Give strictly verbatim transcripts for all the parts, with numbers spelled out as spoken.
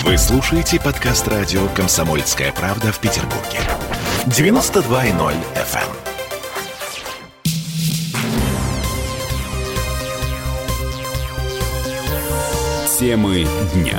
Вы слушаете подкаст радио «Комсомольская правда» в Петербурге. девяносто два и ноль эф эм. Темы дня.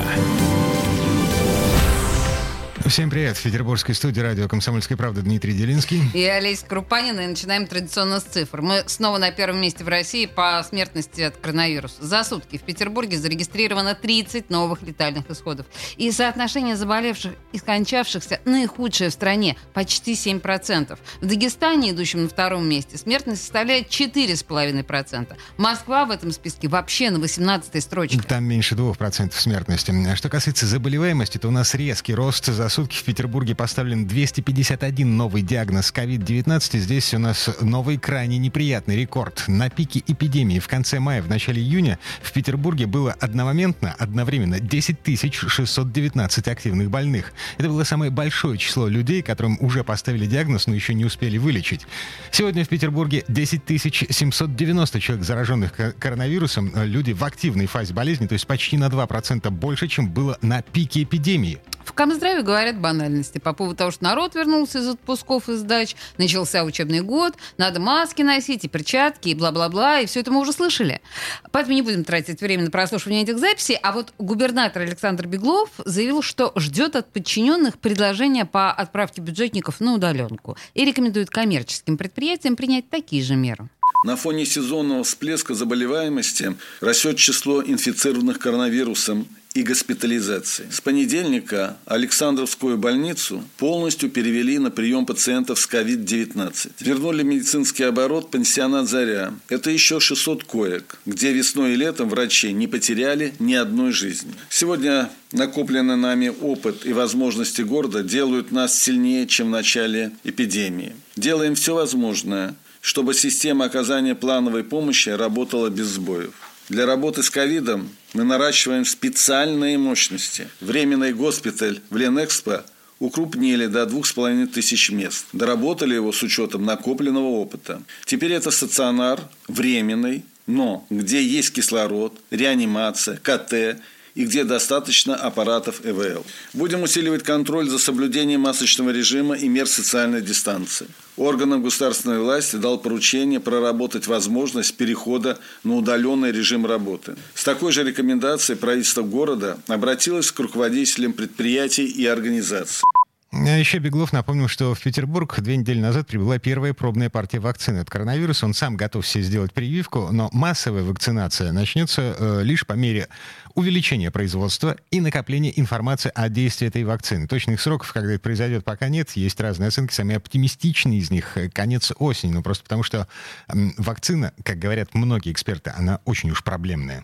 Всем привет. В петербургской студии радио «Комсомольская правда» Дмитрий Делинский. И Олеся Крупанина. И начинаем традиционно с цифр. Мы снова на первом месте в России по смертности от коронавируса. За сутки в Петербурге зарегистрировано тридцать новых летальных исходов. И соотношение заболевших и скончавшихся наихудшее в стране – почти семь процентов. В Дагестане, идущем на втором месте, смертность составляет четыре целых пять десятых процента. Москва в этом списке вообще на восемнадцатой строчке. Там меньше двух процентов смертности. Что касается заболеваемости, то у нас резкий рост. За сутки в Петербурге поставлен двести пятьдесят один новый диагноз ковид девятнадцать. И здесь у нас новый крайне неприятный рекорд. На пике эпидемии в конце мая, в начале июня в Петербурге было одномоментно, одновременно десять тысяч шестьсот девятнадцать активных больных. Это было самое большое число людей, которым уже поставили диагноз, но еще не успели вылечить. Сегодня в Петербурге десять тысяч семьсот девяносто человек, зараженных коронавирусом. Люди в активной фазе болезни, то есть почти на два процента больше, чем было на пике эпидемии. В Комздраве говорят банальности по поводу того, что народ вернулся из отпусков и сдач, начался учебный год, надо маски носить и перчатки, и бла-бла-бла, и все это мы уже слышали. Поэтому не будем тратить время на прослушивание этих записей. А вот губернатор Александр Беглов заявил, что ждет от подчиненных предложения по отправке бюджетников на удаленку и рекомендует коммерческим предприятиям принять такие же меры. На фоне сезонного всплеска заболеваемости растет число инфицированных коронавирусом и госпитализации. С понедельника Александровскую больницу полностью перевели на прием пациентов с ковид девятнадцать. Вернули медицинский оборот пансионат «Заря». Это еще шестьсот коек, где весной и летом врачи не потеряли ни одной жизни. Сегодня накопленный нами опыт и возможности города делают нас сильнее, чем в начале эпидемии. Делаем все возможное, чтобы система оказания плановой помощи работала без сбоев. Для работы с ковидом мы наращиваем специальные мощности. Временный госпиталь в Ленэкспо укрупнили до двух с половиной тысяч мест. Доработали его с учетом накопленного опыта. Теперь это стационар временный, но где есть кислород, реанимация, ка тэ и где достаточно аппаратов э вэ эл. Будем усиливать контроль за соблюдением масочного режима и мер социальной дистанции. Органам государственной власти дал поручение проработать возможность перехода на удаленный режим работы. С такой же рекомендацией правительство города обратилось к руководителям предприятий и организаций. А еще Беглов напомнил, что в Петербург две недели назад прибыла первая пробная партия вакцины от коронавируса. Он сам готов себе сделать прививку, но массовая вакцинация начнется э, лишь по мере увеличения производства и накопления информации о действии этой вакцины. Точных сроков, когда это произойдет, пока нет. Есть разные оценки. Самые оптимистичные из них — конец осени. Ну, просто потому что э, вакцина, как говорят многие эксперты, она очень уж проблемная.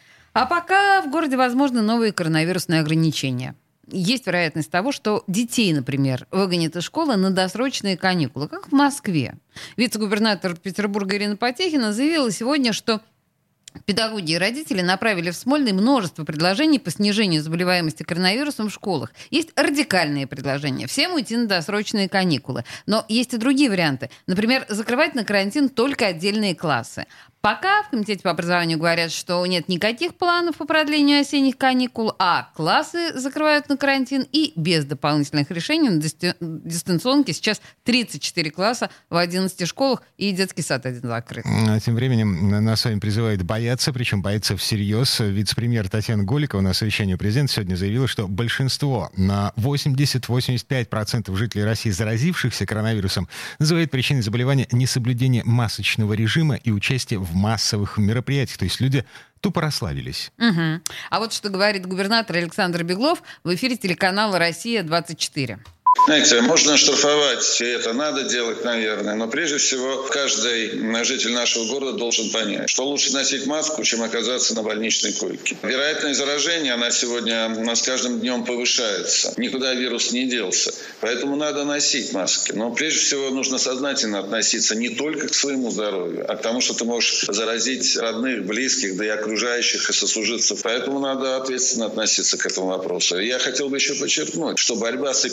А пока в городе возможны новые коронавирусные ограничения. Есть вероятность того, что детей, например, выгонят из школы на досрочные каникулы, как в Москве. Вице-губернатор Петербурга Ирина Потехина заявила сегодня, что педагоги и родители направили в Смольный множество предложений по снижению заболеваемости коронавирусом в школах. Есть радикальные предложения. Всем уйти на досрочные каникулы. Но есть и другие варианты. Например, закрывать на карантин только отдельные классы. Пока в Комитете по образованию говорят, что нет никаких планов по продлению осенних каникул, а классы закрывают на карантин и без дополнительных решений на дистанционке сейчас тридцать четыре класса в одиннадцати школах и детский сад один закрыт. А тем временем нас с вами призывают бояться, причем бояться всерьез. Вице-премьер Татьяна Голикова на совещании президента сегодня заявила, что большинство, на восемьдесят - восемьдесят пять процентов жителей России, заразившихся коронавирусом, называют причиной заболевания несоблюдение масочного режима и участие в массовых мероприятиях. То есть люди тупо расслабились. Угу. А вот что говорит губернатор Александр Беглов в эфире телеканала «Россия двадцать четыре». Знаете, можно штрафовать, и это надо делать, наверное, но прежде всего каждый житель нашего города должен понять, что лучше носить маску, чем оказаться на больничной койке. Вероятность заражения, она сегодня с каждым днем повышается. Никуда вирус не делся. Поэтому надо носить маски. Но прежде всего нужно сознательно относиться не только к своему здоровью, а к тому, что ты можешь заразить родных, близких, да и окружающих, и сослуживцев. Поэтому надо ответственно относиться к этому вопросу. Я хотел бы еще подчеркнуть, что борьба с эпидемией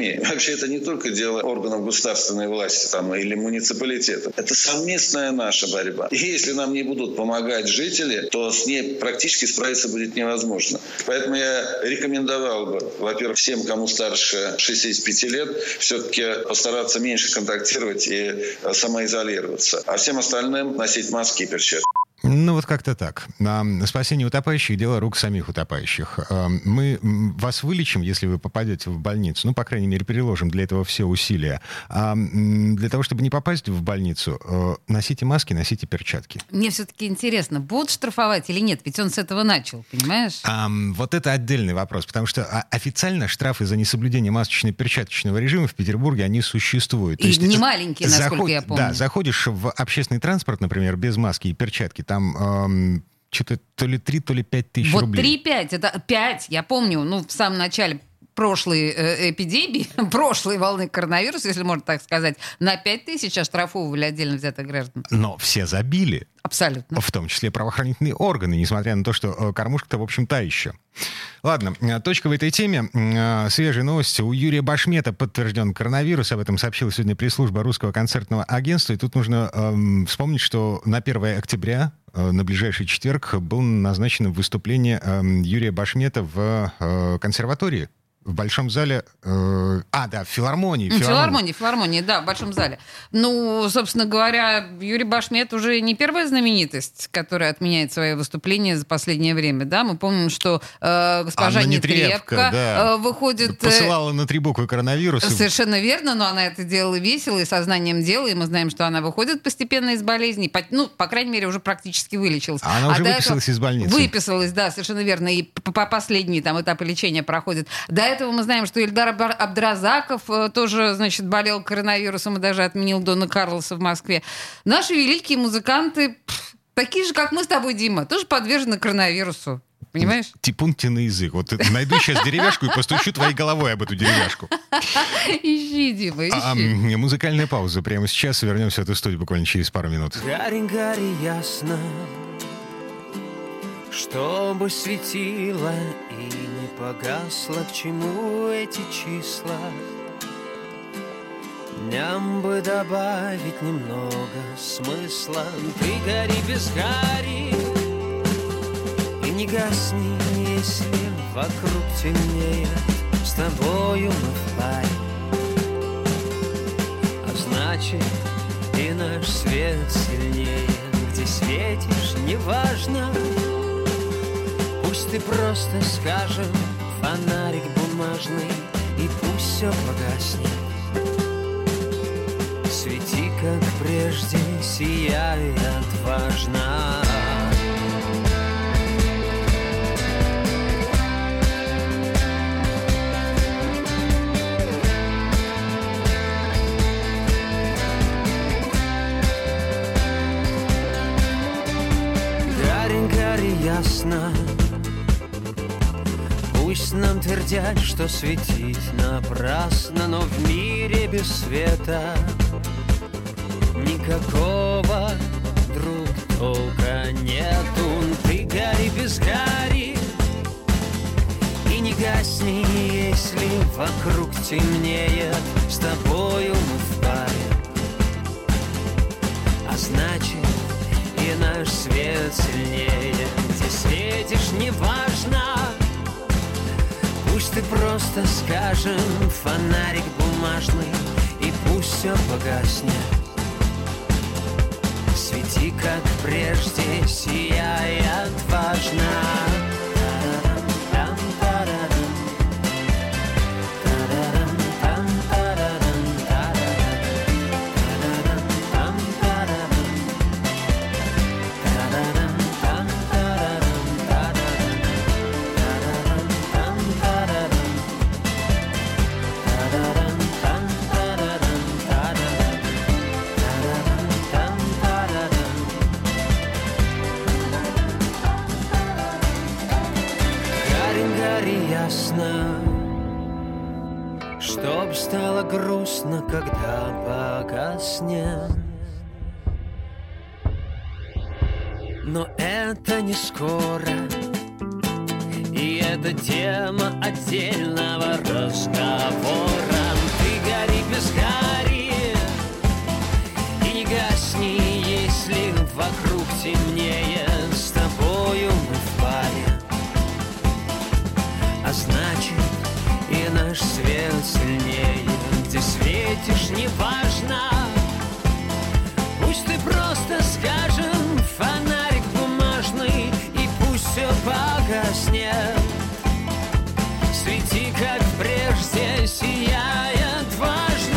эпидемии, вообще это не только дело органов государственной власти там, или муниципалитета. Это совместная наша борьба. И если нам не будут помогать жители, то с ней практически справиться будет невозможно. Поэтому я рекомендовал бы, во-первых, всем, кому старше шестидесяти пяти лет, все-таки постараться меньше контактировать и самоизолироваться. А всем остальным носить маски и перчатки. Ну, вот как-то так. Спасение утопающих — дело рук самих утопающих. Мы вас вылечим, если вы попадете в больницу. Ну, по крайней мере, переложим для этого все усилия. А для того, чтобы не попасть в больницу, носите маски, носите перчатки. Мне все-таки интересно, будут штрафовать или нет? Ведь он с этого начал, понимаешь? А, вот это отдельный вопрос, потому что официально штрафы за несоблюдение масочно-перчаточного режима в Петербурге, они существуют. И не маленькие, насколько заход... я помню. Да, заходишь в общественный транспорт, например, без маски и перчатки, там эм, что-то то ли три, то ли пять тысяч вот рублей. Вот три-пять, это пять, я помню, ну, в самом начале прошлой э, эпидемии, прошлой волны коронавируса, если можно так сказать, на пять тысяч оштрафовывали отдельно взятых граждан. Но все забили. Абсолютно. В том числе правоохранительные органы, несмотря на то, что кормушка-то, в общем, та еще. Ладно, точка в этой теме. Свежие новости. У Юрия Башмета подтвержден коронавирус. Об этом сообщила сегодня пресс-служба Русского концертного агентства. И тут нужно эм, вспомнить, что на первое октября, э, на ближайший четверг, было назначено выступление э, Юрия Башмета в э, консерватории. В Большом зале... Э, а, да, в филармонии. В филармонии, филармонии, да, в Большом зале. Ну, собственно говоря, Юрий Башмет уже не первая знаменитость, которая отменяет свои выступления за последнее время, да? Мы помним, что э, госпожа Анна Нетребко да. э, выходит... Посылала на три буквы коронавирус. Совершенно верно, но она это делала весело и сознанием дела, и мы знаем, что она выходит постепенно из болезни, по, ну, по крайней мере, уже практически вылечилась. А она уже а выписалась из больницы. Выписалась, да, совершенно верно, и по, по последние там этапы лечения проходит. До этого мы знаем, что Ильдар Абдразаков тоже, значит, болел коронавирусом и даже отменил Дона Карлоса в Москве. Наши великие музыканты, пфф, такие же, как мы с тобой, Дима, тоже подвержены коронавирусу. Понимаешь? Типун тебе на язык. Вот найду сейчас деревяшку и постучу твоей головой об эту деревяшку. Ищи, Дима, ищи. А, музыкальная пауза прямо сейчас. Вернемся в эту студию буквально через пару минут. Гарри, Гарри, ясно, чтобы светило и не погасло, к чему эти числа. Дням бы добавить немного смысла. Ты гори без Гарри и не гасни, если вокруг темнеет. С тобою мы в паре, а значит и наш свет сильнее. Где светишь, неважно, пусть ты просто, скажем, фонарик бумажный, и пусть все погаснет. Свети, как прежде, сияй отважно. Гарри, Гарри, ясно, пусть нам твердят, что светить напрасно, но в мире без света никакого, друг, толка нету. Ты гори без Гарри и не гасни, если вокруг темнеет. С тобою мы в паре, а значит и наш свет сильнее. Где светишь, неважно, пусть ты просто, скажем, фонарик бумажный, и пусть все погаснет. Свети, как прежде, сияй отважно. Чтоб стало грустно, когда погаснет. Но это не скоро, и это тема отдельного разговора. вокруг темнее, с тобою мы в паре. А значит, и наш свет сильнее. Где светишь, неважно. Пусть ты просто, скажем, фонарик бумажный, и пусть все погаснет. Свети, как прежде, сияет важно.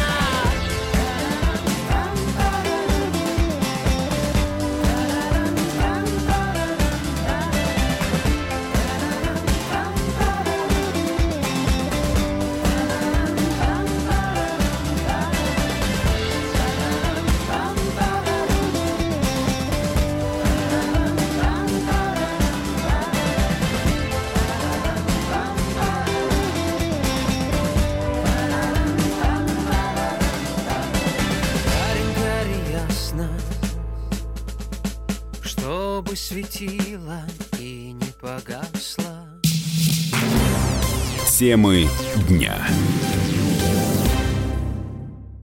Чтобы светило и не погасло. Темы дня.